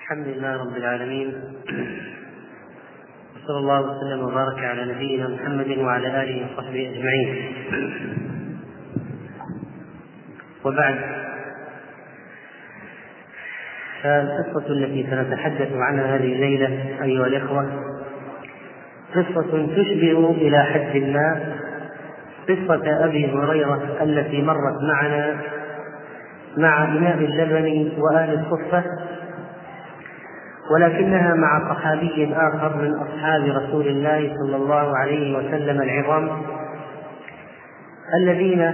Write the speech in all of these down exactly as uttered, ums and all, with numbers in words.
الحمد لله رب العالمين، وصلى الله وسلم وبارك على نبينا محمد وعلى آله وصحبه أجمعين. وبعد، فالقصة التي سنتحدث عنها هذه الليلة أيها الإخوة قصة تشبه إلى حد ما قصة أبي هريرة التي مرت معنا مع إمام اللبن وآل الصفة، ولكنها مع صحابي آخر من أصحاب رسول الله صلى الله عليه وسلم العظام الذين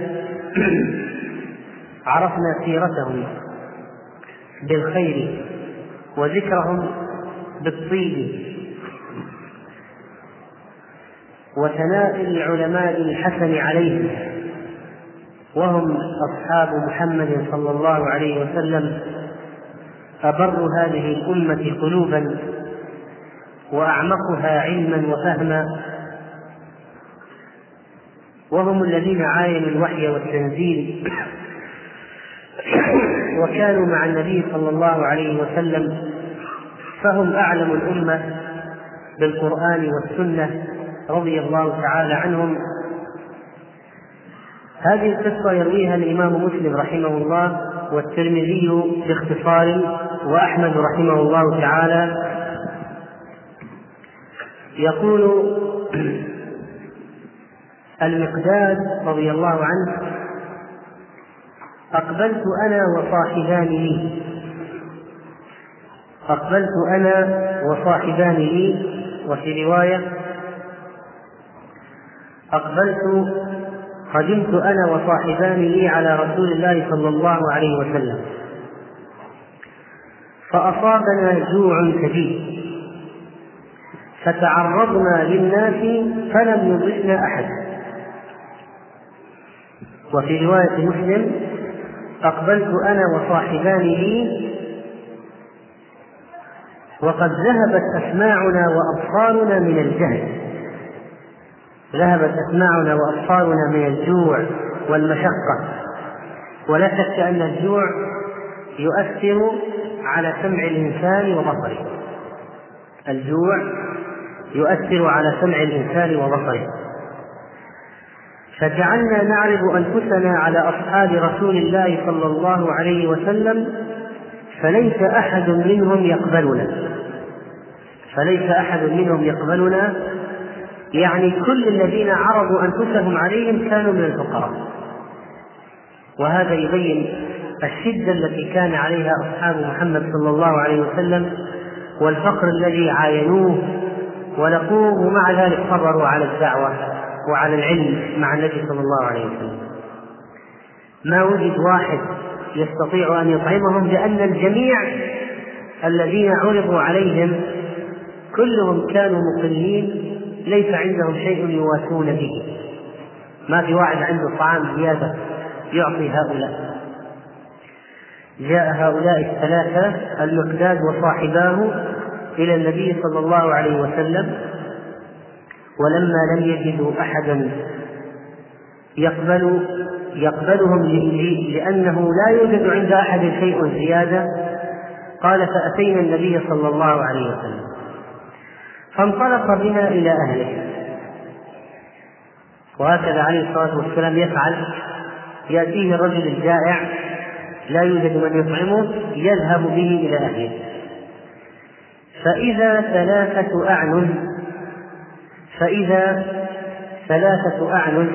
عرفنا سيرتهم بالخير وذكرهم بالطيب وثناء العلماء الحسن عليهم، وهم أصحاب محمد صلى الله عليه وسلم أبر هذه الأمة قلوبا وأعمقها علما وفهما، وهم الذين عاينوا الوحي والتنزيل وكانوا مع النبي صلى الله عليه وسلم، فهم أعلم الأمة بالقرآن والسنة رضي الله تعالى عنهم. هذه القصة يرويها الإمام مسلم رحمه الله والترمذي باختصار، وأحمد رحمه الله تعالى يقول المقداد رضي الله عنه: أقبلت أنا وصاحبان لي أقبلت أنا وصاحبان لي وفي رواية أقبلت قدمت أنا وصاحبان لي على رسول الله صلى الله عليه وسلم، فأصابنا جوع شديد، فتعرضنا للناس فلم يضفنا أحد. وفي رواية مسلم: أقبلت أنا وصاحبان لي وقد ذهبت أسماعنا وأبصارنا من الجهل ذهبت أسماعنا وأبصارنا من الجوع والمشقة. ولا شك أن الجوع يؤثر على سمع الإنسان وبصره الجوع يؤثر على سمع الإنسان وبصره فجعلنا نعرض أنفسنا على أصحاب رسول الله صلى الله عليه وسلم فليس أحد منهم يقبلنا فليس أحد منهم يقبلنا يعني كل الذين عرضوا أنفسهم عليهم كانوا من الفقراء. وهذا يبين الشدة التي كان عليها أصحاب محمد صلى الله عليه وسلم والفقر الذي عاينوه ولقوه، ومع ذلك صبروا على الدعوة وعلى العلم مع النبي صلى الله عليه وسلم. ما وجد واحد يستطيع أن يطعمهم، لأن الجميع الذين عرضوا عليهم كلهم كانوا مقلين، ليس عندهم شيء يواسون به، ما في واحد عنده طعام زيادة يعطي هؤلاء. جاء هؤلاء الثلاثة المقداد وصاحباه إلى النبي صلى الله عليه وسلم، ولما لم يجدوا أحدا يقبل يقبلهم لأنه لا يوجد عند أحد شيء زيادة، قال: فأتينا النبي صلى الله عليه وسلم فانطلق بنا إلى أهله. وهكذا عليه الصلاة والسلام يفعل، يأتيه الرجل الجائع لا يوجد من يطعمه يذهب به إلى أهله، فإذا ثلاثة أعنز فإذا ثلاثة أعنز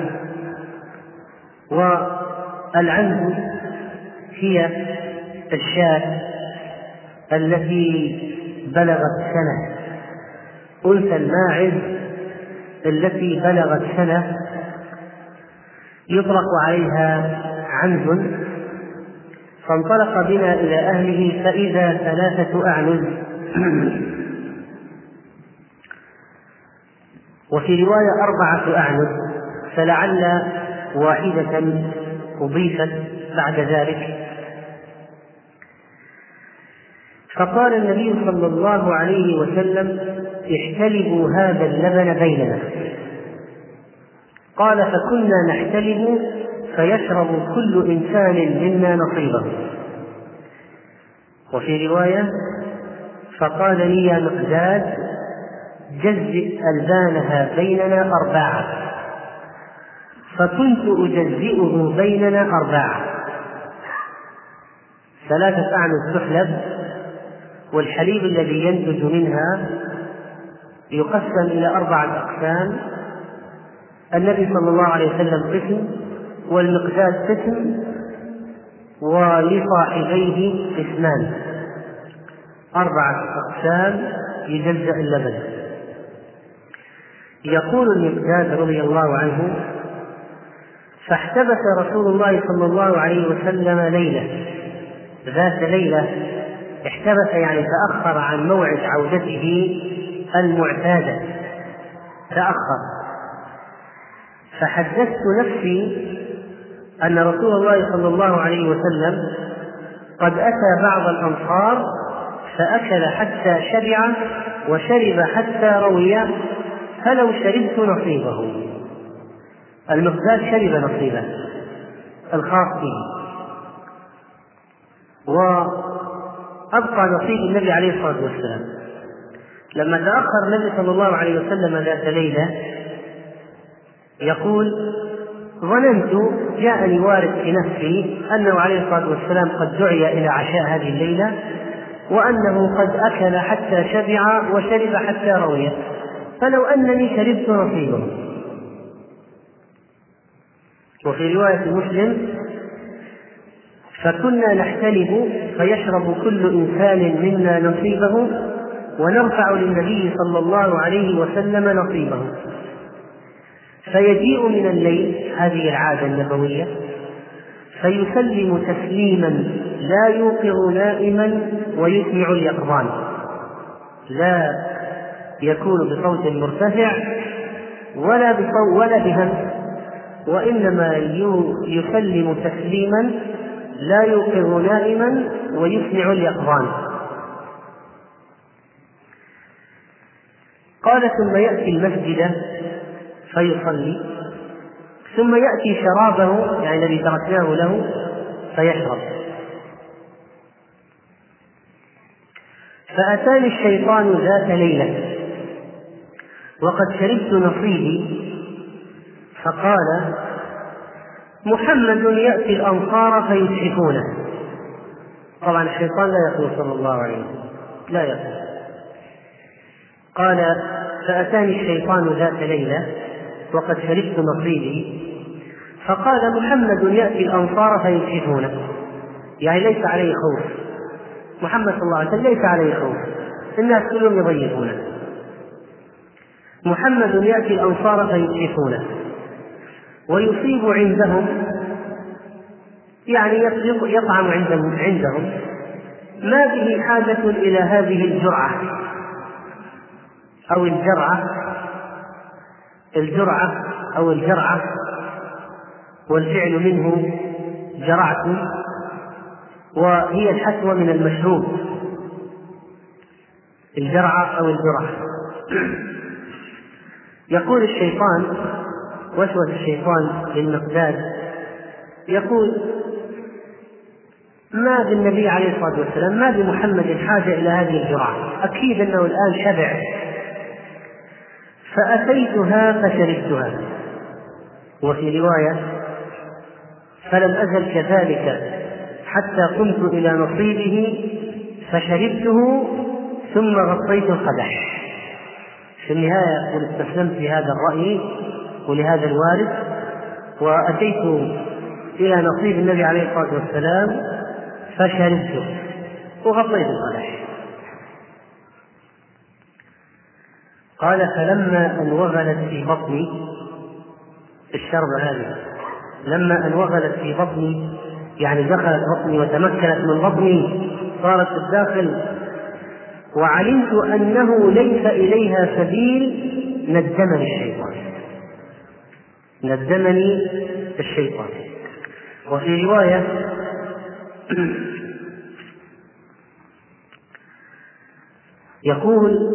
والعنز هي الشاة التي بلغت سنة، أنثى الماعز التي بلغت سنة يطلق عليها عنز. فانطلق بنا إلى أهله فإذا ثلاثة أعنز وفي رواية أربعة أعنز، فلعل واحدة أضيفت بعد ذلك. فقال النبي صلى الله عليه وسلم: احتلبوا هذا اللبن بيننا. قال: فكنا نحتلب فيشرب كل إنسان منا نصيبه. وفي رواية: فقال لي: يا مقداد، جزئ ألبانها بيننا أرباعا. فكنت أجزئه بيننا أرباعا: ثلاثة أعنز تحلب، والحليب الذي ينتج منها يقسم إلى أربعة أقسام، النبي صلى الله عليه وسلم قسم، والمقداد قسم، ولصاحبيه قسمان، أربعة أقسام يجزأ اللبن. يقول المقداد رضي الله عنه: فاحتبس رسول الله صلى الله عليه وسلم ليلة، ذات ليلة احتبس يعني تأخر عن موعد عودته المعتادة، تأخر. فحدثت نفسي أن رسول الله صلى الله عليه وسلم قد أتى بعض الأنصار فأكل حتى شبع وشرب حتى روي، فلو شربت نصيبه. المقداد شرب نصيبه الخاص به، وأبقى نصيب النبي عليه الصلاة والسلام. لما تأخر النبي صلى الله عليه وسلم ذات ليلة يقول: ظننت، جاءني وارد في نفسي أنه عليه الصلاة والسلام قد دعي إلى عشاء هذه الليلة، وأنه قد أكل حتى شبع وشرب حتى روي، فلو أنني شربت نصيبه. وفي رواية مسلم: فكنا نحتلب فيشرب كل إنسان منا نصيبه، ونرفع للنبي صلى الله عليه وسلم نصيبه. فيجيء من الليل، هذه العادة النبوية، فيسلم تسليما لا يوقظ نائما ويسمع اليقظان، لا يكون بصوت مرتفع ولا بصوت ولا بهمس، وإنما يسلم تسليما لا يوقظ نائما ويسمع اليقظان. قال: ثم يأتي المسجد فيصلي، ثم يأتي شرابه، يعني الذي تركناه له، فيشرب. فأتاني الشيطان ذات ليلة وقد شربت نصيبي، فقال: محمد يأتي الأنصار فيسعفونه. طبعا الشيطان لا يقول صلى الله عليه وسلم، لا يقول. قال: فأتاني الشيطان ذات ليلة وقد شربت نصيبي، فقال: محمد يأتي الأنصار فيسعفونه، يعني ليس عليه خوف. محمد صلى الله عليه وسلم ليس عليه خوف، الناس كلهم يضيفونه. محمد يأتي الأنصار فيسعفونه ويصيب عندهم، يعني يطعم عندهم, عندهم ما به حاجة إلى هذه الجرعة أو الجرعة الجرعة أو الجرعة والفعل منه جرعت، وهي الحسوة من المشروب، الجرعة أو الجرعة. يقول الشيطان، وسوس الشيطان للمقداد، يقول: ما بالنبي عليه الصلاة والسلام، ما بمحمد حاجة إلى هذه الجرعة، أكيد أنه الآن شبع. فأتيتها فشربتها. وفي رواية: فلم أزل كذلك حتى قمت إلى نصيبه فشربته ثم غطيت القدح. في النهاية يقول: استسلمت لهذا الرأي ولهذا الوارد، وأتيت إلى نصيب النبي عليه الصلاة والسلام فشربته وغطيت القدح. قال: فلما أن وغلت في بطني، الشرب هذه لما أن وغلت في بطني، يعني دخلت بطني وتمكنت من بطني، صارت في الداخل، وعلمت أنه ليس إليها سبيل، ندمني الشيطان ندمني الشيطان. وفي رواية: يقول: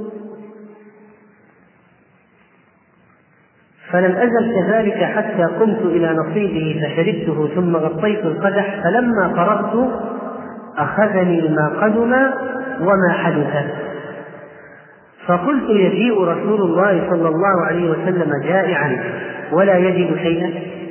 فلم أزل كذلك حتى قمت إلى نصيبه فشربته ثم غطيت القدح، فلما فرغت أخذني ما قدم وما حدث. فقلت يجيء رسول الله صلى الله عليه وسلم جائعا ولا يجد شيئا.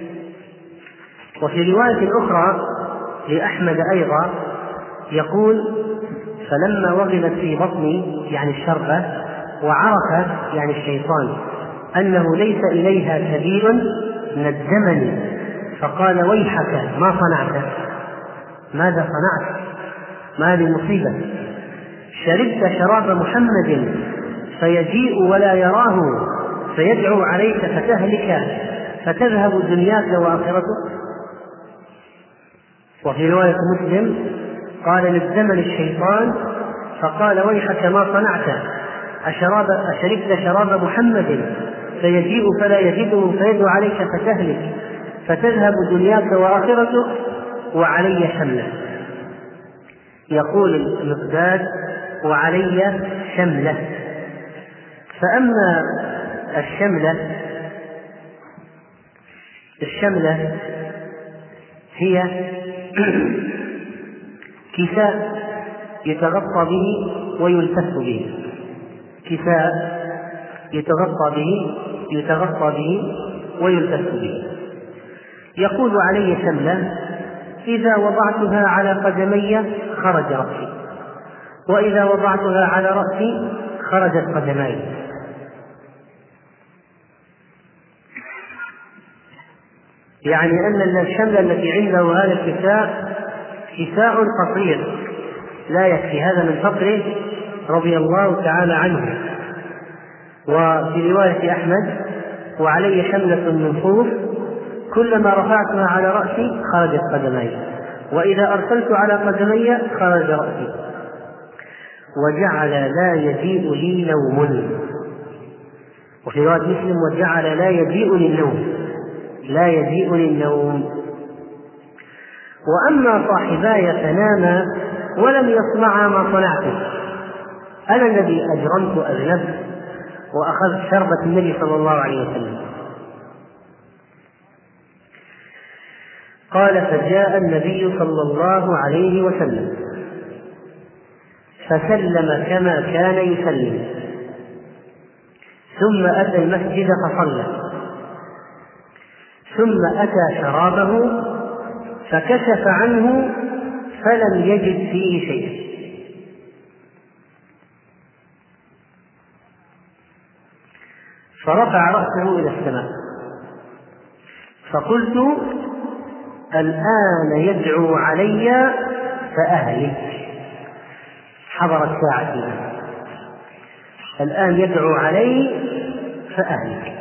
وفي رواية أخرى لأحمد أيضا يقول فلما وغلت في بطني يعني الشربة وعرف يعني الشيطان أنه ليس إليها سبيل ندمني فقال ويحك ما صنعت؟ ماذا صنعت؟ ما هذه المصيبة؟ شربت شراب محمد فيجيء ولا يراه فيدعو عليك فتهلك فتذهب دنياك وآخرتك. وفي رواية مسلم قال ندمني الشيطان فقال ويحك ما صنعت؟ أشراب أشربت شراب محمد فيجيء فلا يجده فيدعو عليك فتهلك فتذهب دنياك وآخرتك وعلي شملة. يقول المقداد وعلي شملة. فأما الشملة الشملة هي كساء يتغطى به ويلتف به، كساء يتغطى به يتغطى به ويلتف به. يقول علي شملة إذا وضعتها على قدمي خرج رأسي، وإذا وضعتها على رأسي خرجت قدماي. يعني أن الشملة التي عنده هذا الكساء كساء قصير لا يكفي، هذا من فقره رضي الله تعالى عنه. وفي رواية أحمد وعلي شملة من صوف كلما رفعتها على رأسي خرجت قدماي، وإذا أرسلت على قدمي خرج رأسي، وجعل لا يجيء لي نوم. وفي رواية مسلم وجعل لا يجيء لي النوم، لا يجيء لي النوم. وأما صاحباي فناما ولم يصنعا ما صنعته، أنا الذي أجرمت أذنبت وأخذت شربة النبي صلى الله عليه وسلم. قال فجاء النبي صلى الله عليه وسلم فسلم كما كان يسلم، ثم أتى المسجد فصلى، ثم أتى شرابه فكشف عنه فلم يجد فيه شيئا. فرفع رأسه إلى السماء فقلت الآن يدعو علي فأهلك. حضرت ساعتي، الآن يدعو علي فأهلك.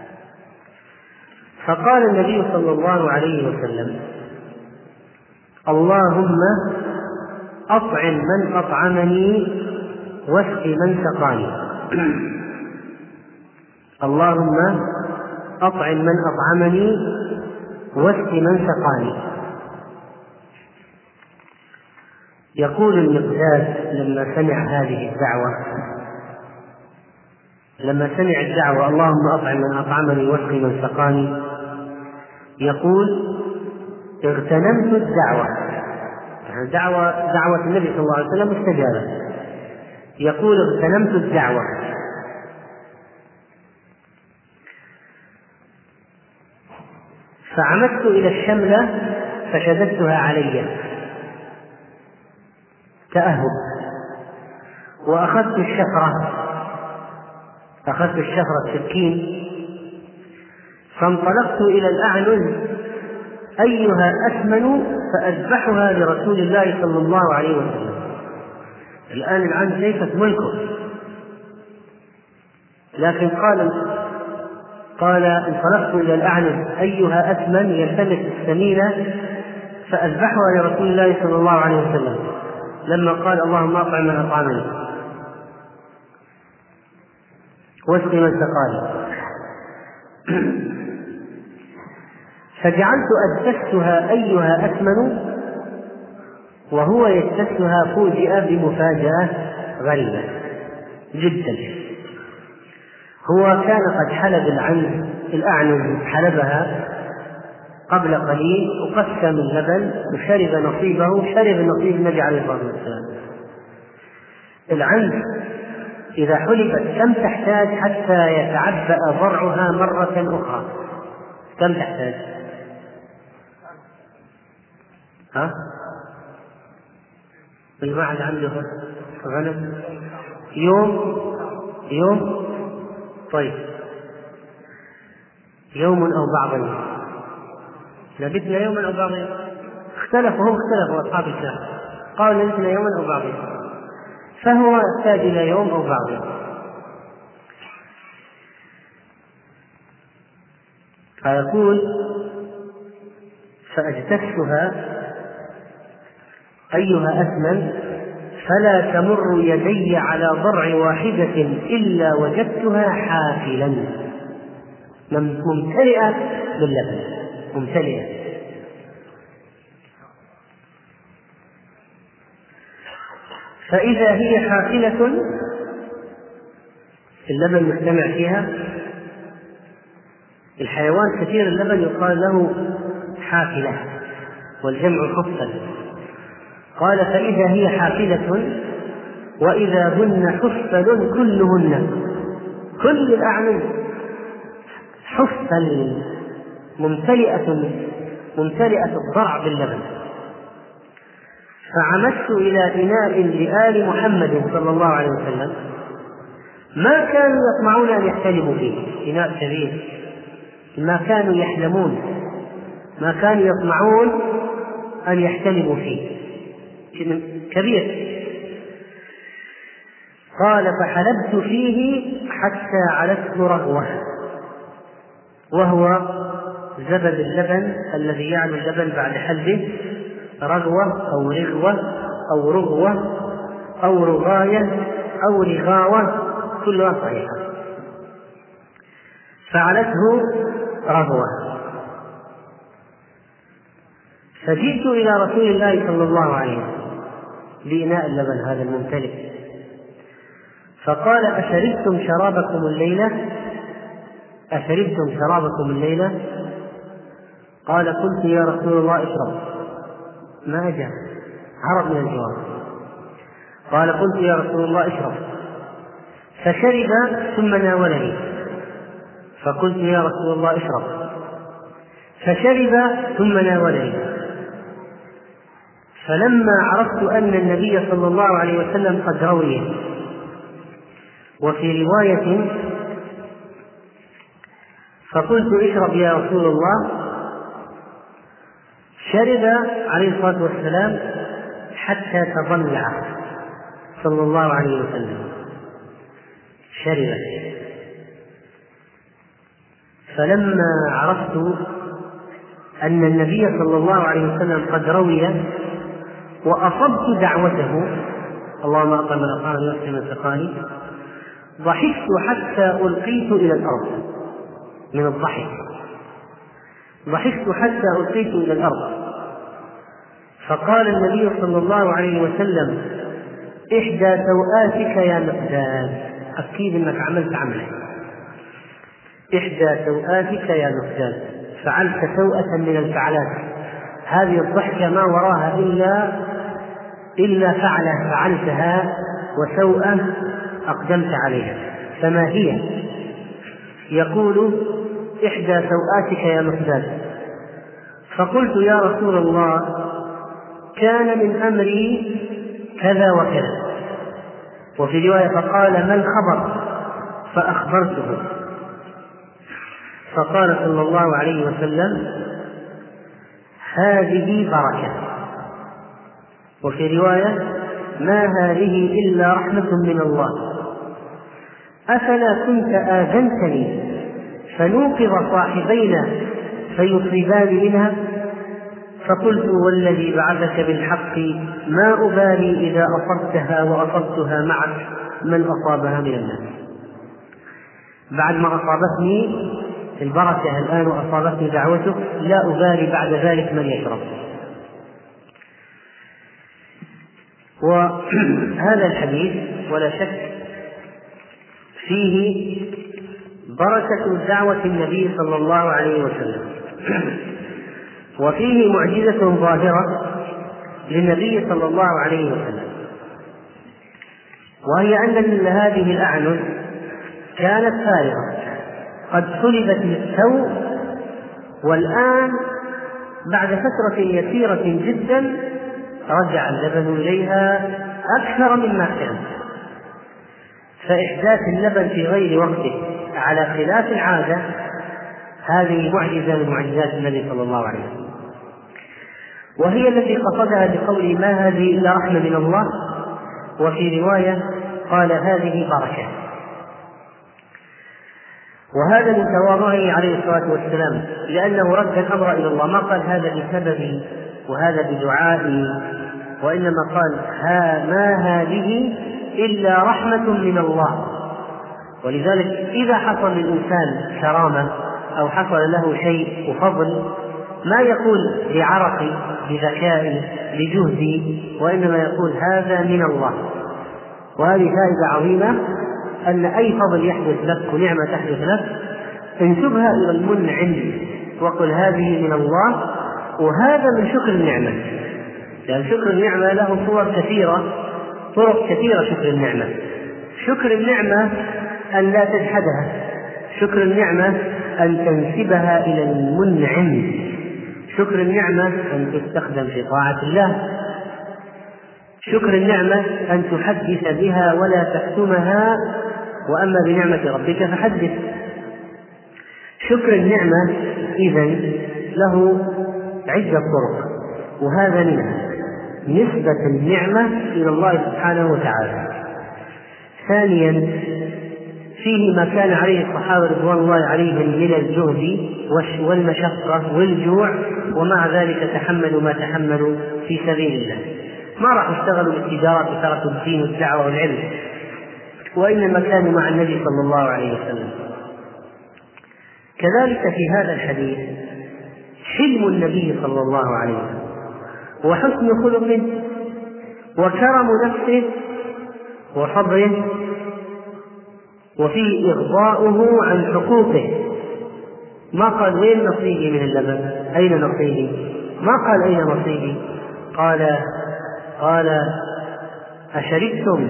فقال النبي صلى الله عليه وسلم اللهم أطعم من أطعمني واسق من سقاني. اللهم أطعم من أطعمني واسق من سقاني. يقول المقداد لما سمع هذه الدعوة لما سمع الدعوة اللهم أطعم من أطعمني واسق من سقاني، يقول اغتنمت الدعوة، يعني دعوة دعوة النبي صلى الله عليه وسلم مستجابة. يقول اغتنمت الدعوة فعمدت إلى الشملة فشددتها علي تأهب، وأخذت الشفرة أخذت الشفرة السكين فانطلقت إلى الأعنز أيها أثمن فأذبحها لرسول الله صلى الله عليه وسلم. الآن العنز ليست ملكه، لكن قال قال انطلقت إلى الأعنز أيها أثمن يلتمس السمينة فأذبحها لرسول الله صلى الله عليه وسلم، لما قال اللهم أطعم من أطعمني واسق من سقاني. فجعلت أدسها أيها أثمن وهو يدسها فوجئ بمفاجأة غريبة جدا. هو كان قد حلب العنز الأعنز حلبها قبل قليل وقسم اللبن وشرب نصيبه، شرب نصيب النبي عليه الصلاة والسلام. العنز إذا حلبت كم تحتاج حتى يتعبأ ضرعها مرة أخرى؟ كم تحتاج؟ ها؟ الواحد عنده غنم يوم يوم طيب يوم أو بعض يوم، لبثنا يوما أو بعض يوم. اختلفوا هم اختلفوا أصحاب الكهف، قالوا لبثنا يوما أو بعض يوم، فهو يحتاج إلى يوم أو بعض يوم. فيقول فأجتثها أيها أثمن فلا تمر يدي على ضرع واحدة إلا وجدتها حافلا ممتلئة باللبن، ممتلئة. فإذا هي حافلة اللبن مجتمع فيها، الحيوان كثير اللبن يقال له حافلة والجمع حفل. قال فإذا هي حافلة وإذا هن حفل كلهن، كل الأعمال حفل ممتلئة ممتلئة الضرع باللبن. فعمدت إلى إناء لآل محمد صلى الله عليه وسلم ما كانوا يطمعون أن يحتلموا فيه، إناء كبير ما كانوا يحلمون، ما كانوا يطمعون أن يحتلموا فيه، كبير. قال فحلبت فيه حتى علته رغوة، وهو زبد اللبن الذي يعلو اللبن بعد حلبه، رغوة أو رغوة أو رغوة أو رغاية أو رغاوة، كلها صحيحة. فعلته رغوة. فجئت إلى رسول الله صلى الله عليه وسلم بإناء اللبن هذا الممتلئ، فقال أشربتم شرابكم الليلة؟ أشربتم شرابكم الليلة؟ قال قلت يا رسول الله اشرب. ما جاء هرب من الجواب. قال قلت يا رسول الله اشرب، فشرب ثم ناولني، فقلت يا رسول الله اشرب، فشرب ثم ناولني. فلما عرفت أن النبي صلى الله عليه وسلم قد روي، وفي رواية فقلت اشرب يا رسول الله، شرب عليه الصلاة والسلام حتى تضلع صلى الله عليه وسلم، شرب. فلما عرفت أن النبي صلى الله عليه وسلم قد روي وأصبت دعوته، اللهم أطعم من أطعمني واسقِ من سقاني، ضحكت حتى ألقيت إلى الأرض، من الضحك ضحكت حتى ألقيت إلى الأرض. فقال النبي صلى الله عليه وسلم إحدى سوآتك يا مقداد، أكيد أنك عملت عملك، إحدى سوآتك يا مقداد، فعلت سوءة من الفعلات، هذه الضحكة ما وراها إلا إلا فعلة فعلتها وسوءة أقدمت عليها، فما هي؟ يقول إحدى سوآتك يا مقداد. فقلت يا رسول الله كان من أمري كذا وكذا، وفي رواية فقال ما الخبر؟ فأخبرته، فقال صلى الله عليه وسلم هذه بركة، وفي رواية ما هذه إلا رحمة من الله، أفلا كنت آذنتني فنوقظ صاحبينا فيصيبان منها؟ فقلت والذي بعثك بالحق ما أبالي إذا أصبتها وأصبتها معك من أصابها من الناس. بعد ما أصابتني البركة الآن وأصابتني دعوتك لا أبالي بعد ذلك من يشرب. وهذا الحديث ولا شك فيه بركة دعوة النبي صلى الله عليه وسلم، وفيه معجزة ظاهرة للنبي صلى الله عليه وسلم، وهي أن هذه الأعنز كانت فارغة قد سلبت للتو، والآن بعد فترة يسيرة جدا رجع اللبن إليها أكثر مما كان. فإحداث اللبن في غير وقته على خلاف العادة هذه معجزة من معجزات النبي صلى الله عليه وسلم، وهي التي قصدها بقوله ما هذه إلا رحمة من الله، وفي رواية قال هذه بركة. وهذا من تواضعه عليه الصلاة والسلام، لأنه رد الأمر إلى الله، ما قال هذا بسببي وهذا بدعائي، وإنما قال ها ما هذه إلا رحمة من الله. ولذلك إذا حصل للإنسان كرامة أو حصل له شيء وفضل ما يقول بعرقي بذكائي بجهدي، وإنما يقول هذا من الله. وهذه فائدة عظيمة، أن أي فضل يحدث لك ونعمة تحدث لك انسبها إلى المنعم وقل هذه من الله، وهذا من شكر النعمة، لأن شكر النعمة له صور كثيرة، طرق كثيرة. شكر النعمة شكر النعمة أن لا تجحدها، شكر النعمة أن تنسبها إلى المنعم، شكر النعمة أن تستخدم في طاعة الله، شكر النعمة أن تحدث بها ولا تكتمها، وأما بنعمة ربك فحدث. شكر النعمة إذن له عدة طرق، وهذا منها نسبة النعمة إلى الله سبحانه وتعالى. ثانيا فيه ما كان عليه الصحابة رضوان الله عليهم من الجهد والمشقة والجوع، ومع ذلك تحملوا ما تحملوا في سبيل الله، ما راح يشتغلوا بالتجارة وتركوا الدين والدعوة والعلم، وإنما كانوا مع النبي صلى الله عليه وسلم. كذلك في هذا الحديث حلم النبي صلى الله عليه وسلم وحسن خلقه وكرم نفسه وصبره، وفيه إغضاؤه عن حقوقه. ما قال وين نصيبي من اللبن، أين نصيبي، ما قال أين نصيبي، قال قال أشربتم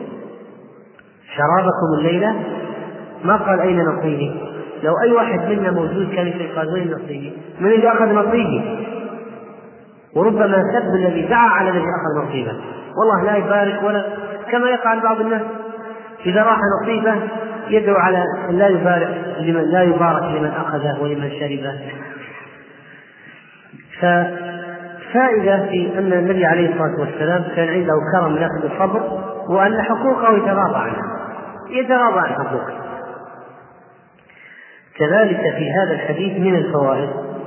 شرابكم الليلة، ما قال أين نصيبي. لو أي واحد منا موجود كان يقول وين نصيبي، من اللي أخذ نصيبي، وربما سب الذي دعا على الذي أخذ نصيبه، والله لا يبارك، ولا كما يفعل بعض الناس إذا راح نصيبه يدعو على لا يبارك لمن لا يبارك لمن أخذه ولمن شربه. ففائدة في أن النبي عليه الصلاة والسلام كان عنده كرم نفس الصبر، وأن حقوقه يتراضى عنها يتراضى عن حقوقه. كذلك في هذا الحديث من الفوائد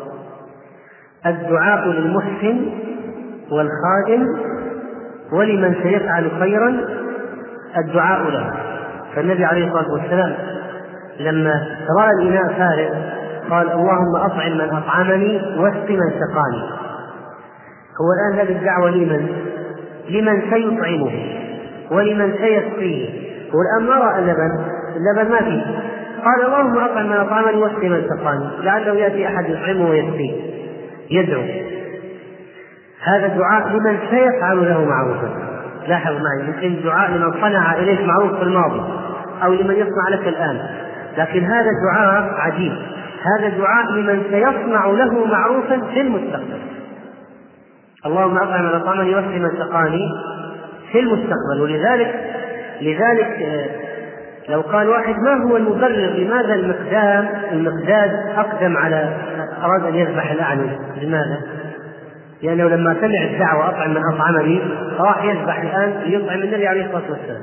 الدعاء للمحسن والخادم ولمن سيفعل خيرا الدعاء له. فالنبي عليه الصلاة والسلام لما رأى الإناء فارغ قال اللهم أطعم من أطعمني واسق من سقاني. هو الآن هذه الدعوة لمن؟ لمن سيطعمه ولمن سيسقيه. هو الآن ما رأى اللبن، اللبن ما فيه، قال اللهم أطعم من أطعمني واسق من سقاني، لعله يأتي أحد يطعمه ويسقيه، يدعو. هذا دعاء لمن سيفعل له معروفا. لاحظوا معي، يمكن دعاء لمن صنع إليك معروف في الماضي أو لمن يصنع لك الآن، لكن هذا دعاء عجيب، هذا دعاء لمن سيصنع له معروفا في المستقبل. اللهم أطعم من أطعمني واسق من سقاني في المستقبل. ولذلك لذلك لو قال واحد ما هو المبرر لماذا المقدام المقداد أقدم على أراد أن يذبح الأعنز، لماذا؟ لأنه لما سمع الدعوة أطعم من أطعمني راح يذبح الآن ليطعم النبي عليه الصلاة والسلام.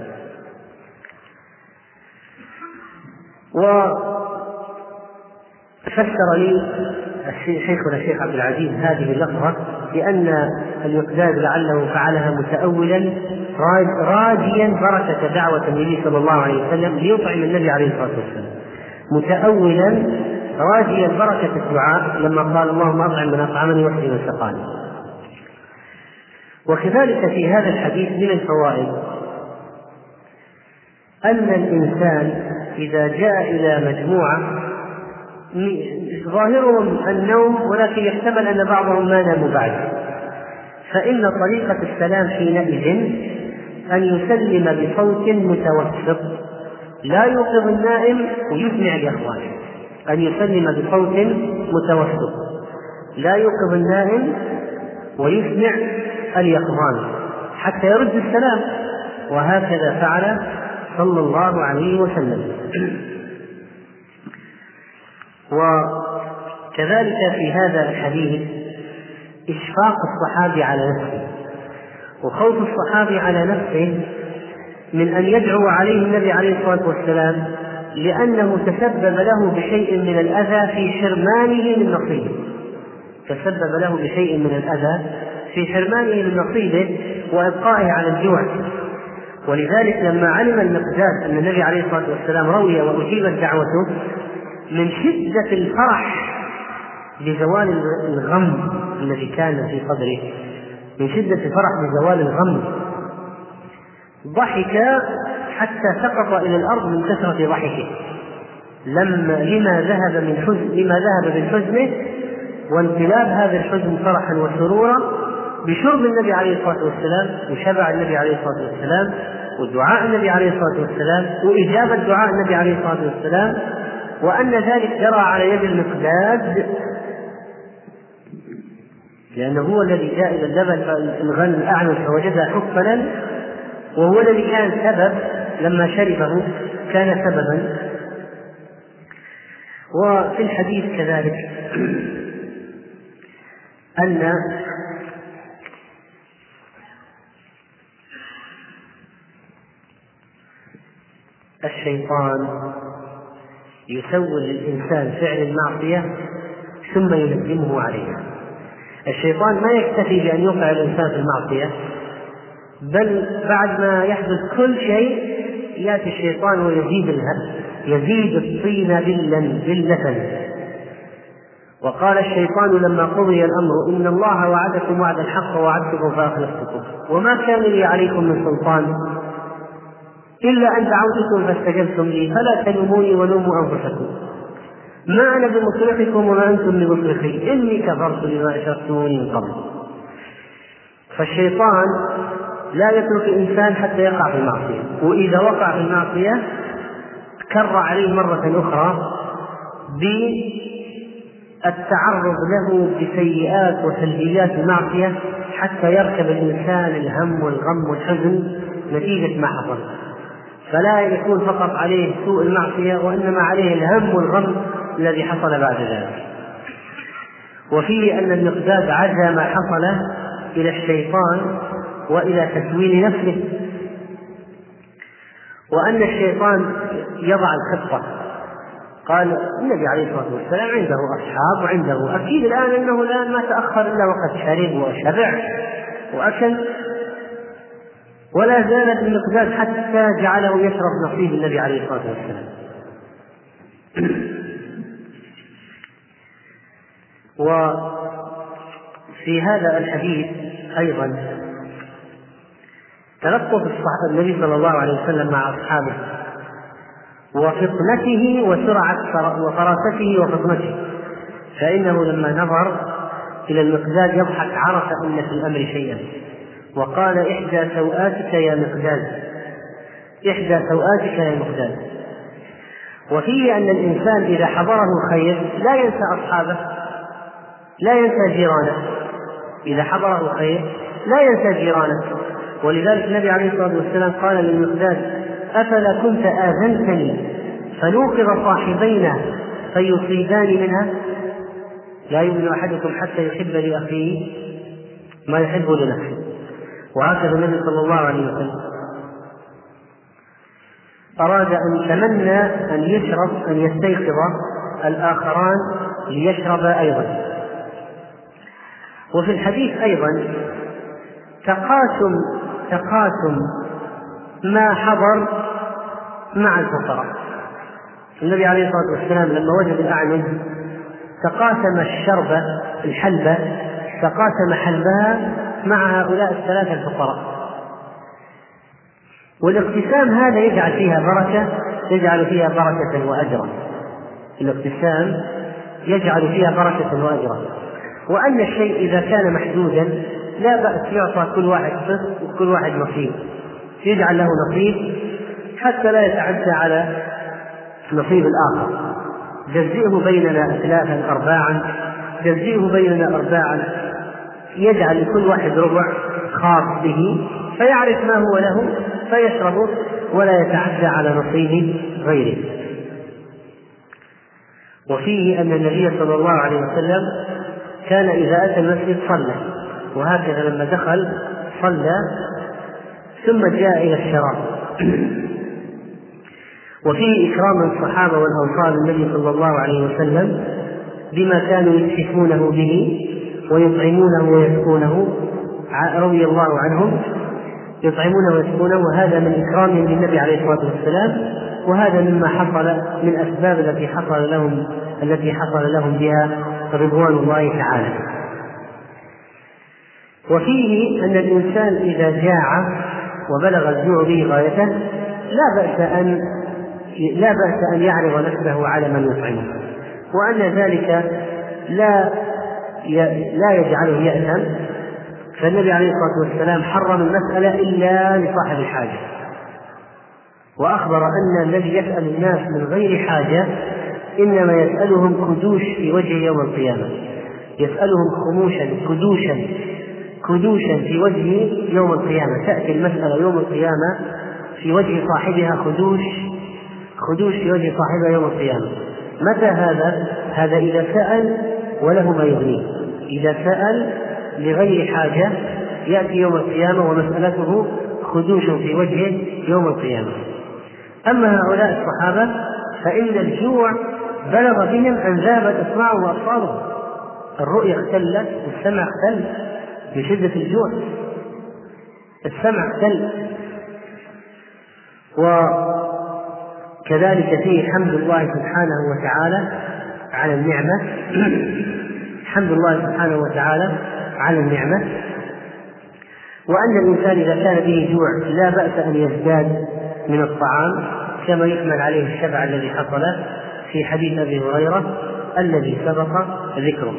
وفسر لي شيخنا الشيخ عبد العزيز هذه اللفظة بأن المقداد لعله فعلها متأولا راجيا بركة دعوة النبي صلى الله عليه وسلم ليطعم النبي عليه الصلاة والسلام، متأولا راجيا بركة الدعاء لما قال اللهم أطعم من أطعمني واسق من سقاني. وكذلك في هذا الحديث من الفوائد أن الإنسان إذا جاء إلى مجموعة ظاهرهم النوم ولكن يحتمل أن بعضهم ما ناموا بعد، فإن طريقة السلام حينئذ أن يسلم بصوت متوسط لا يوقظ النائم ويسمع الإخوان، أن يسلم بصوت متوسط لا يوقظ النائم ويسمع اليقظان حتى يرد السلام، وهكذا فعل صلى الله عليه وسلم. وكذلك في هذا الحديث إشفاق الصحابي على نفسه وخوف الصحابي على نفسه من أن يدعو عليه النبي عليه الصلاة والسلام، لأنه تسبب له بشيء من الأذى في حرمانه من نصيبه، تسبب له بشيء من الأذى في حرمانه من نصيبه وإبقائه على الجوع. ولذلك لما علم المقداد أن النبي عليه الصلاة والسلام روي وأجيبت دعوته، من شدة الفرح بزوال الغم الذي كان في صدره، من شدة الفرح بزوال الغم ضحك حتى سقط إلى الأرض من كثرة ضحكه، لما لما ذهب من حزن لما ذهب من حزنه وانقلاب هذا الحزن فرحا وسرورا بشرب النبي عليه الصلاة والسلام وشبع النبي عليه الصلاة والسلام ودعاء النبي عليه الصلاة والسلام وإجابة دعاء النبي عليه الصلاة والسلام، وأن ذلك جرى على يد المقداد لأنه هو الذي جاء إلى اللبن الغنم الأعمى فوجدها حفلا، وهو الذي كان سبب لما شربه كان سببا. وفي الحديث كذلك أن الشيطان يسول للإنسان فعل المعصية ثم يلزمه عليها. الشيطان ما يكتفي بأن يوقع الإنسان في المعصية، بل بعد ما يحدث كل شيء يأتي الشيطان ويزيد الهم، يزيد الطين بلا بلة. وقال الشيطان لما قضي الأمر إن الله وعدكم وعد الحق ووعدتكم فأخلفتكم وما كان لي عليكم من سلطان إلا أن دعوتكم فاستجبتم لي فلا تلوموني ولوموا أنفسكم ما أنا بمصرخكم وما أنتم بمصرخي إني كفرت بما أشركتموني من قبل. فالشيطان لا يترك الإنسان حتى يقع في المعصية، وإذا وقع في المعصية كر عليه مرة أخرى بالتعرض له بسيئات وسلبيات المعصية حتى يركب الإنسان الهم والغم والحزن نتيجة ما حصل، فلا يكون فقط عليه سوء المعصية وإنما عليه الهم والغم الذي حصل بعد ذلك. وفيه أن المقداد عزى ما حصل إلى الشيطان وإلى تسويل نفسه، وأن الشيطان يضع الخطة. قال النبي عليه الصلاة والسلام عنده أصحاب وعنده أكيد الآن أنه الآن ما تأخر إلا وقد شرب وشبع وأكل، ولا زالت المقداد حتى جعله يشرب نصيب النبي عليه الصلاة والسلام. وفي هذا الحديث أيضا تلطف النبي صلى الله عليه وسلم مع أصحابه وفطنته وسرعة وفراسته وفطنته، فإنه لما نظر إلى المقداد يضحك عرف أن في الأمر شيئا، وقال إحدى سوآتك يا مقداد، إحدى سوآتك يا مقداد. وفيه أن الإنسان إذا حضره خير لا ينسى أصحابه، لا ينسى جيرانه، إذا حضره خير لا ينسى جيرانه. ولذلك النبي عليه الصلاة والسلام قال للمقداد أفلا كنت آذنتني فنوقظ صاحبينا فيصيبان منها؟ لا يؤمن أحدكم حتى يحب لأخيه ما يحب لنفسه. وهكذا النبي صلى الله عليه وسلم أراد أن تمنى أن يشرب أن يستيقظ الآخران ليشرب أيضا. وفي الحديث أيضا تقاسم تقاسم ما حضر مع الفقراء. النبي عليه الصلاة والسلام لما وجد الأعمى تقاسم الشربة الحلبة تقاسم حلبها مع هؤلاء الثلاثة الفقراء، والاقتسام هذا يجعل فيها بركة يجعل فيها بركة وأجرا، الاقتسام يجعل فيها بركة وأجرا. وأن الشيء إذا كان محدودا لا بأس يعطى كل واحد قسط وكل واحد نصيب، يجعل له نصيب حتى لا يتعدى على نصيب الآخر. جزئه بيننا أثلاثا أرباعا، جزئه بيننا أرباعا، يجعل لكل واحد ربع خاص به فيعرف ما هو له فيشربه ولا يتعدى على نصيب غيره. وفيه أن النبي صلى الله عليه وسلم كان إذا أتى المسجد صلى، وهكذا لما دخل صلى ثم جاء إلى الشراب. وفيه إكرام الصحابة والأنصار للنبي صلى الله عليه وسلم بما كانوا يتحفونه به ويطعمونه ويسقونه رضي الله عنهم، يطعمونه ويسقونه، وهذا من إكرامهم للنبي عليه الصلاة والسلام، وهذا مما حصل من أسباب التي حصل لهم التي حصل لهم بها رضوان الله تعالى. وفيه أن الإنسان إذا جاع وبلغ الجوع به غايته لا بأس أن لا بأس أن يعرض نفسه على من يطعمه، وأن ذلك لا لا يجعله يأثم. فالنبي عليه الصلاة والسلام حرم المسألة إلا لصاحب الحاجة، وأخبر أن الذي يسأل الناس من غير حاجة إنما يسألهم كدوش في وجه يوم القيامة، يسألهم خموشا كدوشا كدوشا في وجه يوم القيامة. تأتي المسألة يوم القيامة في وجه صاحبها خدوش خدوش في وجه صاحبها يوم القيامة. متى هذا؟ هذا إذا سأل وله ما يغنيه، إذا سأل لغير حاجة يأتي يوم القيامة ومسألته خدوش في وجهه يوم القيامة. أما هؤلاء الصحابة فإن الجوع بلغ بهم أن ذابت أسماعهم وأبصارهم، الرؤية اختلت والسمع اختل من شدة الجوع، السمع اختل. وكذلك فيه حمد الله سبحانه وتعالى على النعمة حمد الله سبحانه وتعالى على النعمة، وأن الإنسان إذا كان به جوع لا بأس أن يزداد من الطعام كما يحمل عليه الشبع الذي حصل في حديث أبي هريرة الذي سبق ذكره.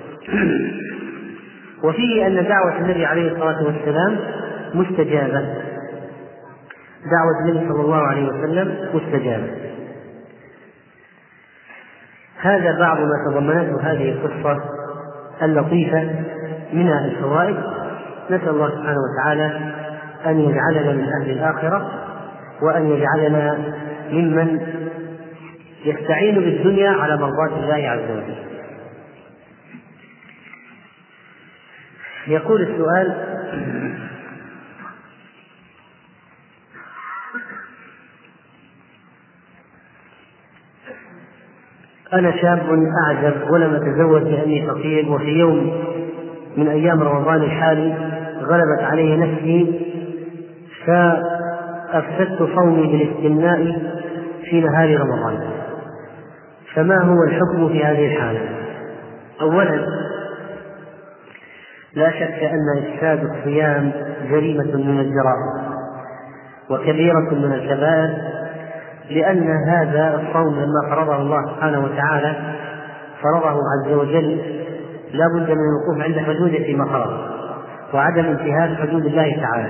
وفيه أن دعوة النبي عليه الصلاة والسلام مستجابة، دعوة النبي صلى الله عليه وسلم مستجابة. هذا بعض ما تضمنته هذه القصة اللطيفة من الفوائد. نسأل الله سبحانه وتعالى أن يجعلنا من أهل الآخرة، وأن يجعلنا ممن يستعين بالدنيا على مرضاة الله عز وجل. يقول السؤال: أنا شاب أعزب ولم أتزوج لأني فقير، وفي يوم من أيام رمضان الحالي غلبت علي نفسي فأفسدت صومي بالاستمناء في نهار رمضان، فما هو الحكم في هذه الحالة؟ أولا، لا شك أن إفساد الصيام جريمة من الجرائم وكبيرة من الكبائر، لأن هذا الصوم لما فرضه الله سبحانه وتعالى فرضه عز وجل لا بد من الوقوف عند حدوده فيما فرض وعدم انتهاك حدود الله تعالى.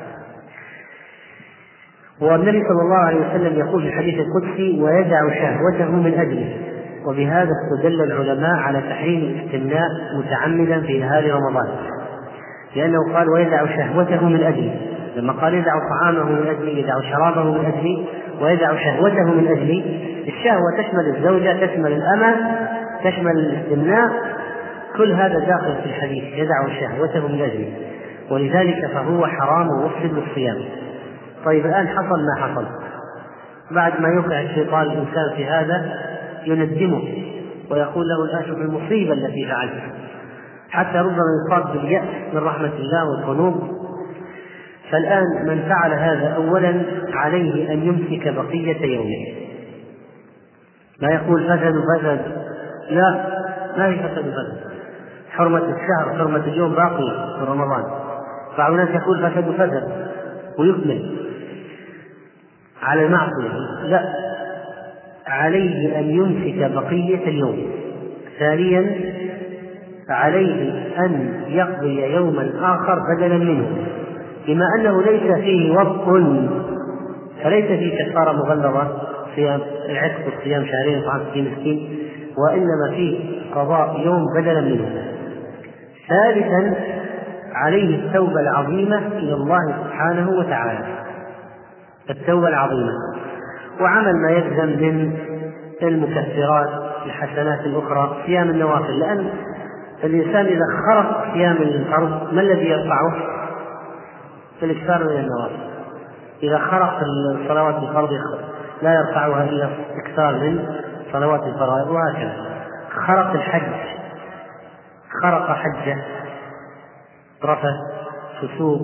والنبي صلى الله عليه وسلم يقول في الحديث القدسي: ويدع شهوته من أجله. وبهذا استدل العلماء على تحريم الاستمناء متعمدا في نهار رمضان، لأنه قال: ويدع شهوته من أجله. لما قال يدع طعامه من أجله، يدع شرابه من أجله، ويدع شهوته من أجله. الشهوة تشمل الزوجة، تشمل الأمة، تشمل الاستمناء، كل هذا داخل في الحديث، يدع شهوته من أجله، ولذلك فهو حرام ومفسد للصيام. طيب الآن حصل ما حصل، بعد ما يوقع الشيطان الإنسان في هذا يندمه ويقول له: الآن شوف المصيبة التي فعلتها، حتى ربما يصاب باليأس من رحمة الله والذنوب. فالآن من فعل هذا أولا عليه أن يمسك بقية يومه، لا يقول فسد فسد، لا، ما في فسد فسد، حرمة الشهر حرمة اليوم باقي في رمضان. بعض الناس يقول فسد فسد ويكمل على المعصية، لا، عليه أن يمسك بقية اليوم. ثانيا، عليه أن يقضي يوما آخر بدلا منه، بما أنه ليس فيه وطء فليس فيه كفارة مغلظة صيام العتق وصيام شهرين وطعام ستين مسكين، وإنما فيه قضاء يوم بدلا منه. ثالثا عليه التوبة العظيمة إلى الله سبحانه وتعالى، التوبة العظيمة، وعمل ما يلزم من المكفرات الحسنات الأخرى، صيام النوافل، لأن الإنسان إذا خرق صيام الفرض ما الذي يرفعه؟ الإكثار من النوافل. إذا خرق الصلوات الفرض لا يرفعها إلا إكثار من صلوات الفرائض، وهكذا. خرق الحج، خرق حجه، رفث، فسوق،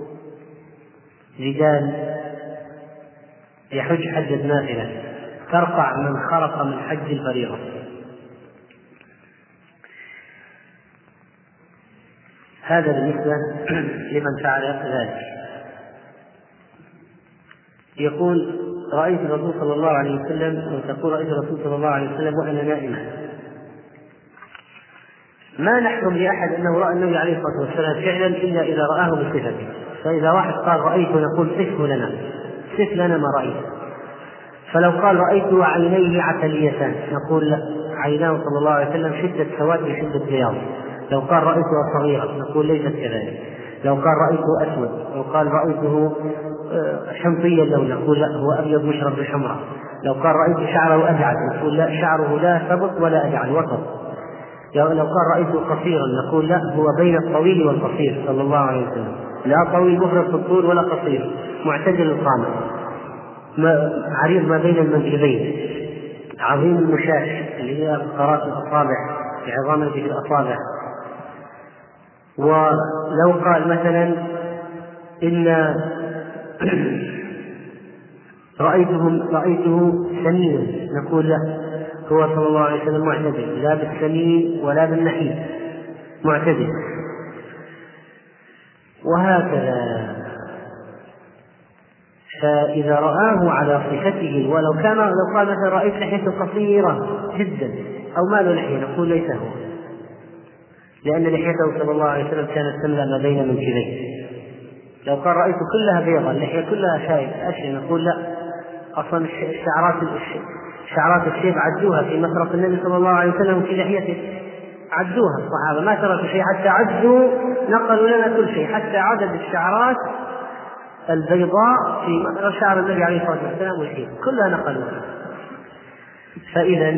جدال، يحج حجة نافلة، ترفع من خرق من حج الفريضة. هذا بالنسبة لمن فعل ذلك. يقول رأيت الرسول صلى الله عليه وسلم، وتقول رأيت الرسول صلى الله عليه وسلم وأنا نائمة. ما نحكم لأحد أنه رأى النبي عليه الصلاة والسلام فعلا إلا إذا رآه بصفته. فإذا واحد قال رأيته نقول صفه لنا، صف لنا ما رأيت. فلو قال رأيته عينيه عتليتان نقول لا، عيناه صلى الله عليه وسلم شدة سواد وشدة بياض. لو قال رأيته صغيرة نقول ليست كذلك. لو قال رأيته أسود، لو قال رأيته حمضي اللون نقول لا، هو أبيض مشرب بحمرة. لو قال رأيت شعره أجعل نقول لا، شعره لا سبط ولا أجعل، وسط. لو قال رأيته قصيرا نقول لا، هو بين الطويل والقصير صلى الله عليه وسلم، لا طويل مفرط في الطول ولا قصير، معتدل القامة، عريض ما بين المنكبين، عظيم المشاش اللي هي فقرات الأصابع، العظام التي في الأصابع. ولو قال مثلا إن رأيته رأيته سمينا نقول لا، هو صلى الله عليه وسلم معتدل، لا بالسمين ولا بالنحيف، معتدل. وهكذا. فإذا رآه على صفته، ولو كان لو قال مثلا رأيت لحيته قصيرة جدا أو ما له لحية نقول ليس هو، لأن لحيته صلى الله عليه وسلم كانت تملأ ما بين منكبيه. لو قال رأيت كلها بيضا، اللحية كلها شايب أشي نقول لا، أصلا الشعرات شعرات الشيب عدوها في مفرق النبي صلى الله عليه وسلم في لحيته، عدوها الصحابة ما تركوا شيء، حتى عدوا نقلوا لنا كل شيء، حتى عدد الشعرات البيضاء في شعر النبي عليه الصلاة والسلام والشيب كلها نقلوا. فإذا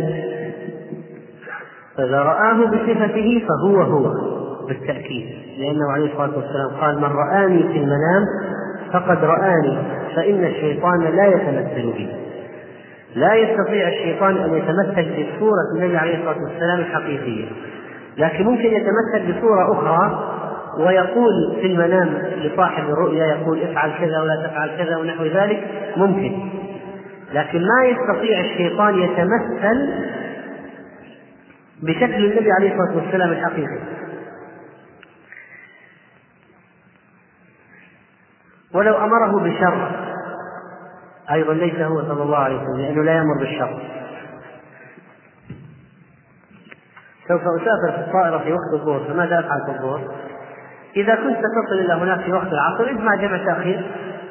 فإذا رآه بصفته فهو هو بالتأكيد، لأنه عليه الصلاة والسلام قال من رآني في المنام فقد رآني، فإن الشيطان لا يتمثل بي. لا يستطيع الشيطان أن يتمثل بصورة النبي عليه الصلاة والسلام الحقيقية، لكن ممكن يتمثل بصورة أخرى ويقول في المنام لصاحب الرؤيا، يقول افعل كذا ولا تفعل كذا ونحو ذلك، ممكن. لكن ما يستطيع الشيطان يتمثل بشكل النبي عليه الصلاة والسلام الحقيقي. ولو أمره بشر أيضا ليس هو صلى الله عليه وسلم، لأنه لا يأمر بالشر. سوف أسافر في الطائرة في وقت الظهر، فماذا أفعل في الظهر؟ إذا كنت تصل إلى هناك في وقت العصر اجمع جمع تأخير.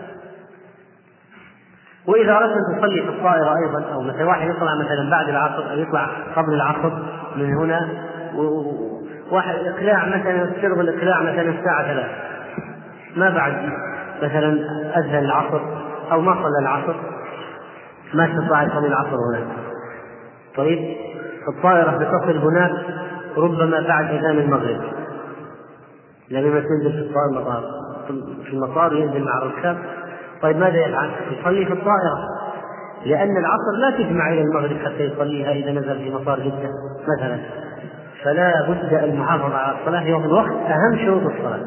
وإذا أردت أن تصلي في الطائرة أيضا، أو مثلا واحد يطلع مثلا بعد العصر أو يطلع قبل العصر من هنا، واحد إقلاع مثلا يسترغ الإقلاع مثلا الساعة ثلاث، ما بعد مثلا أذن العصر أو ما صلى العصر، ما استطاع يصلي العصر هناك. طيب الطائرة بتصل هناك ربما بعد أذان المغرب، لما تنزل في المطار في المطار ينزل مع الركاب. طيب ماذا يفعل؟ يصلي في الطائرة، لأن العصر لا تجمع إلى المغرب حتى يصليها إذا نزل في مطار جدة مثلا. فلا بد المحافظة على الصلاة في وقت الوقت، أهم شروط الصلاة.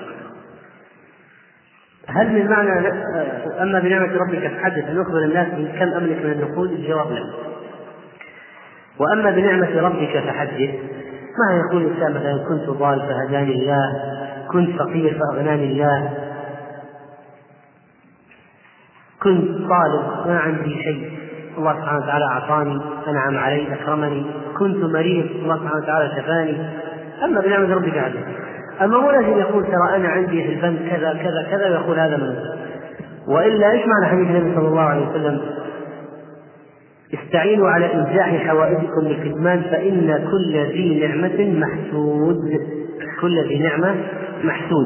هل من معنى أما بنعمة ربك فحدث أن نخبر الناس كم أملك من النقود؟ الجواب لا. وأما بنعمة ربك فحدث ما يقول الإنسان مثلا كنت ضال فهداني الله، كنت فقير فأغناني الله، كنت طالب ما عندي شيء الله سبحانه وتعالى أعطاني أنعم علي أكرمني، كنت مريض الله سبحانه وتعالى شفاني. أما بنعمة ربك فحدث. أما مو لازم يقول ترى أنا عندي في البنك كذا كذا كذا ويقول هذا من. وإلا إيش معنى حديث النبي صلى الله عليه وسلم استعينوا على إنجاح حوائجكم بالكتمان فإن كل ذي نعمة محسود. كل ذي نعمة محسود.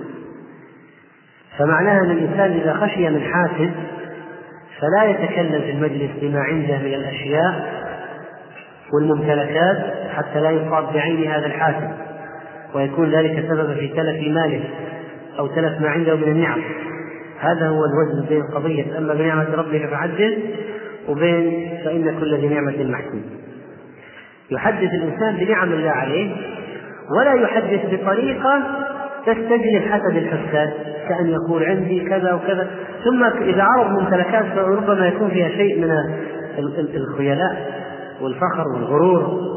فمعناها أن الإنسان إذا خشي من حاسد فلا يتكلم في المجلس بما عنده من الأشياء والممتلكات حتى لا يصاب بعين هذا الحاسد ويكون ذلك سببا في تلف ماله أو تلف ما عنده من النعم. هذا هو الوزن بين قضية أما بنعمة ربك فحدث وبين فإن كل ذي نعمة محسود. يحدث الإنسان بنعم الله عليه ولا يحدث بطريقة تستجلب حسد الحساد كأن يقول عندي كذا وكذا، ثم إذا عرض ممتلكات فربما يكون فيها شيء من الخيلاء والفخر والغرور.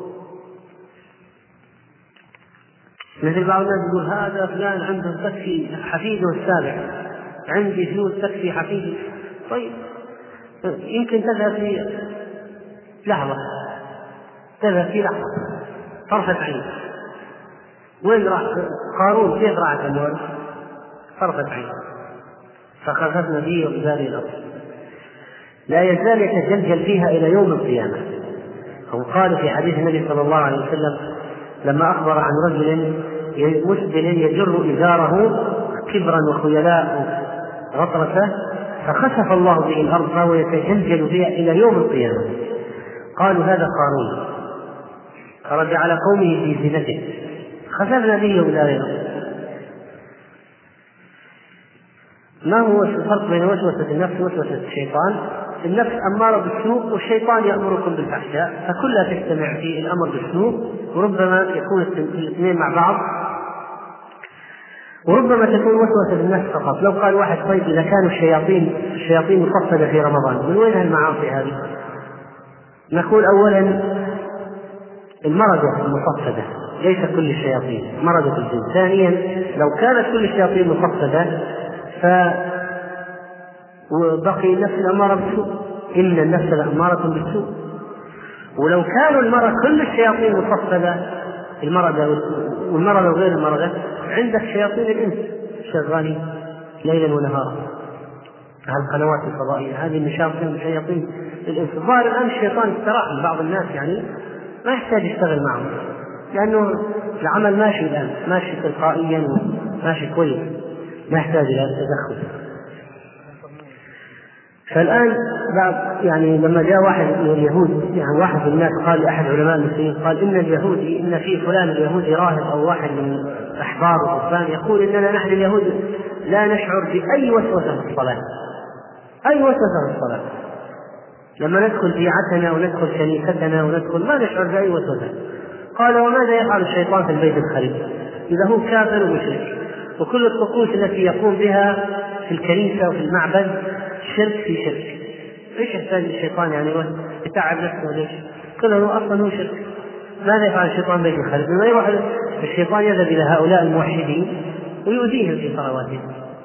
مثل بعض الناس يقول هذا فلان عنده تكفي حفيده السابع، عندي فلوس تكفي حفيدي. طيب يمكن تذهب في لحظة، تذهب في لحظة طرفة عين. وين راح قارون؟ كيف راحت أمواله؟ طرفة عين. فخسفنا به وبذاره الأرض. لا يزال يتجلجل فيها إلى يوم القيامة. هم قالوا في حديث النبي صلى الله عليه وسلم لما أخبر عن رجل مسبل يجر إزاره كبرا وخيلاء غطرسة فخسف الله به الأرض فهو يتجلجل فيها إلى يوم القيامة. قالوا هذا قارون خرج على قومه في زينته خسفنا به وبذاره الأرض. ما هو الفرق بين وسوسة النفس ووسوسة الشيطان؟ النفس أمارة بالسوء والشيطان يأمركم بالفحشاء، فكلها تجتمع في الأمر بالسوء، وربما يكون الاثنين مع بعض، وربما تكون وسوسة بالنفس فقط. لو قال واحد طيب إذا كانوا الشياطين الشياطين مصفدة في رمضان من وين المعاصي هذه؟ نقول أولا المرض المصفدة ليس كل الشياطين، مرض الجن. ثانيا لو كانت كل الشياطين مصفدة فبقي النفس الأمارة بالسوء، إن النفس الأمارة بالسوء. ولو كانوا المرض كل الشياطين مصفدة المرض والمرض وغير المرض، عندك شياطين الإنس شغالين ليلا ونهارا على القنوات الفضائية، هذه النشاط من شياطين الإنس. الظاهر الآن الشيطان استراح من بعض الناس، يعني ما يحتاج يشتغل معهم لأنه العمل ماشي الآن، ماشي تلقائيا وماشي كويس، ما يحتاج إلى التدخل. فالآن بعد يعني لما جاء واحد من اليهود، يعني واحد من الناس قال لأحد علماء المسلمين قال إن اليهودي إن في فلان اليهودي راهب أو واحد من أحبار الرهبان يقول إننا نحن اليهود لا نشعر بأي وسوسة في الصلاة، أي وسوسة في الصلاة. لما ندخل بيعتنا وندخل كنيستنا وندخل ما نشعر بأي وسوسة. قال وماذا يفعل الشيطان في البيت الخريف إذا هو كافر ومشرك؟ وكل الطقوس التي يقوم بها في الكنيسة وفي المعبد شرك في شرك. ايش يحتاج الشيطان يعني يتعب نفسه ليش؟ كله اصلا هو شرك. ماذا يفعل الشيطان بيت الخارج؟ لما يروح الشيطان يذهب الى هؤلاء الموحدين ويؤذيهم في صلواتهم.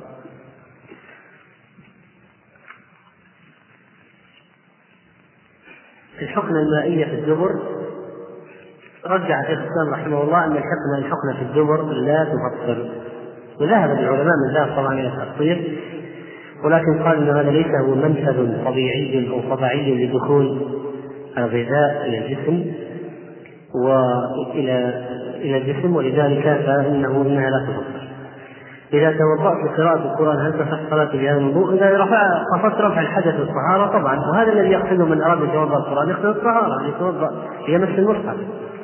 في الحقنة المائية في الدبر رجع شيخ الإسلام رحمه الله أن الحقنة الحقنة في الدبر لا تفطر، وذهب العلماء من ذهب طبعا إلى التفطير، ولكن قال أن هذا ليس هو منفذ طبيعي أو طبيعي لدخول الغذاء إلى الجسم وإلى إلى الجسم، ولذلك فإنه إنها لا تفطر. إذا توضأت لقراءة القرآن هل تصح صلاتي بهذا الوضوء؟ إذا رفع قصدت رفع الحدث والطهارة طبعا، وهذا الذي يقصده من أراد يتوضأ القرآن يقصد الطهارة، يتوضأ يمس المصحف.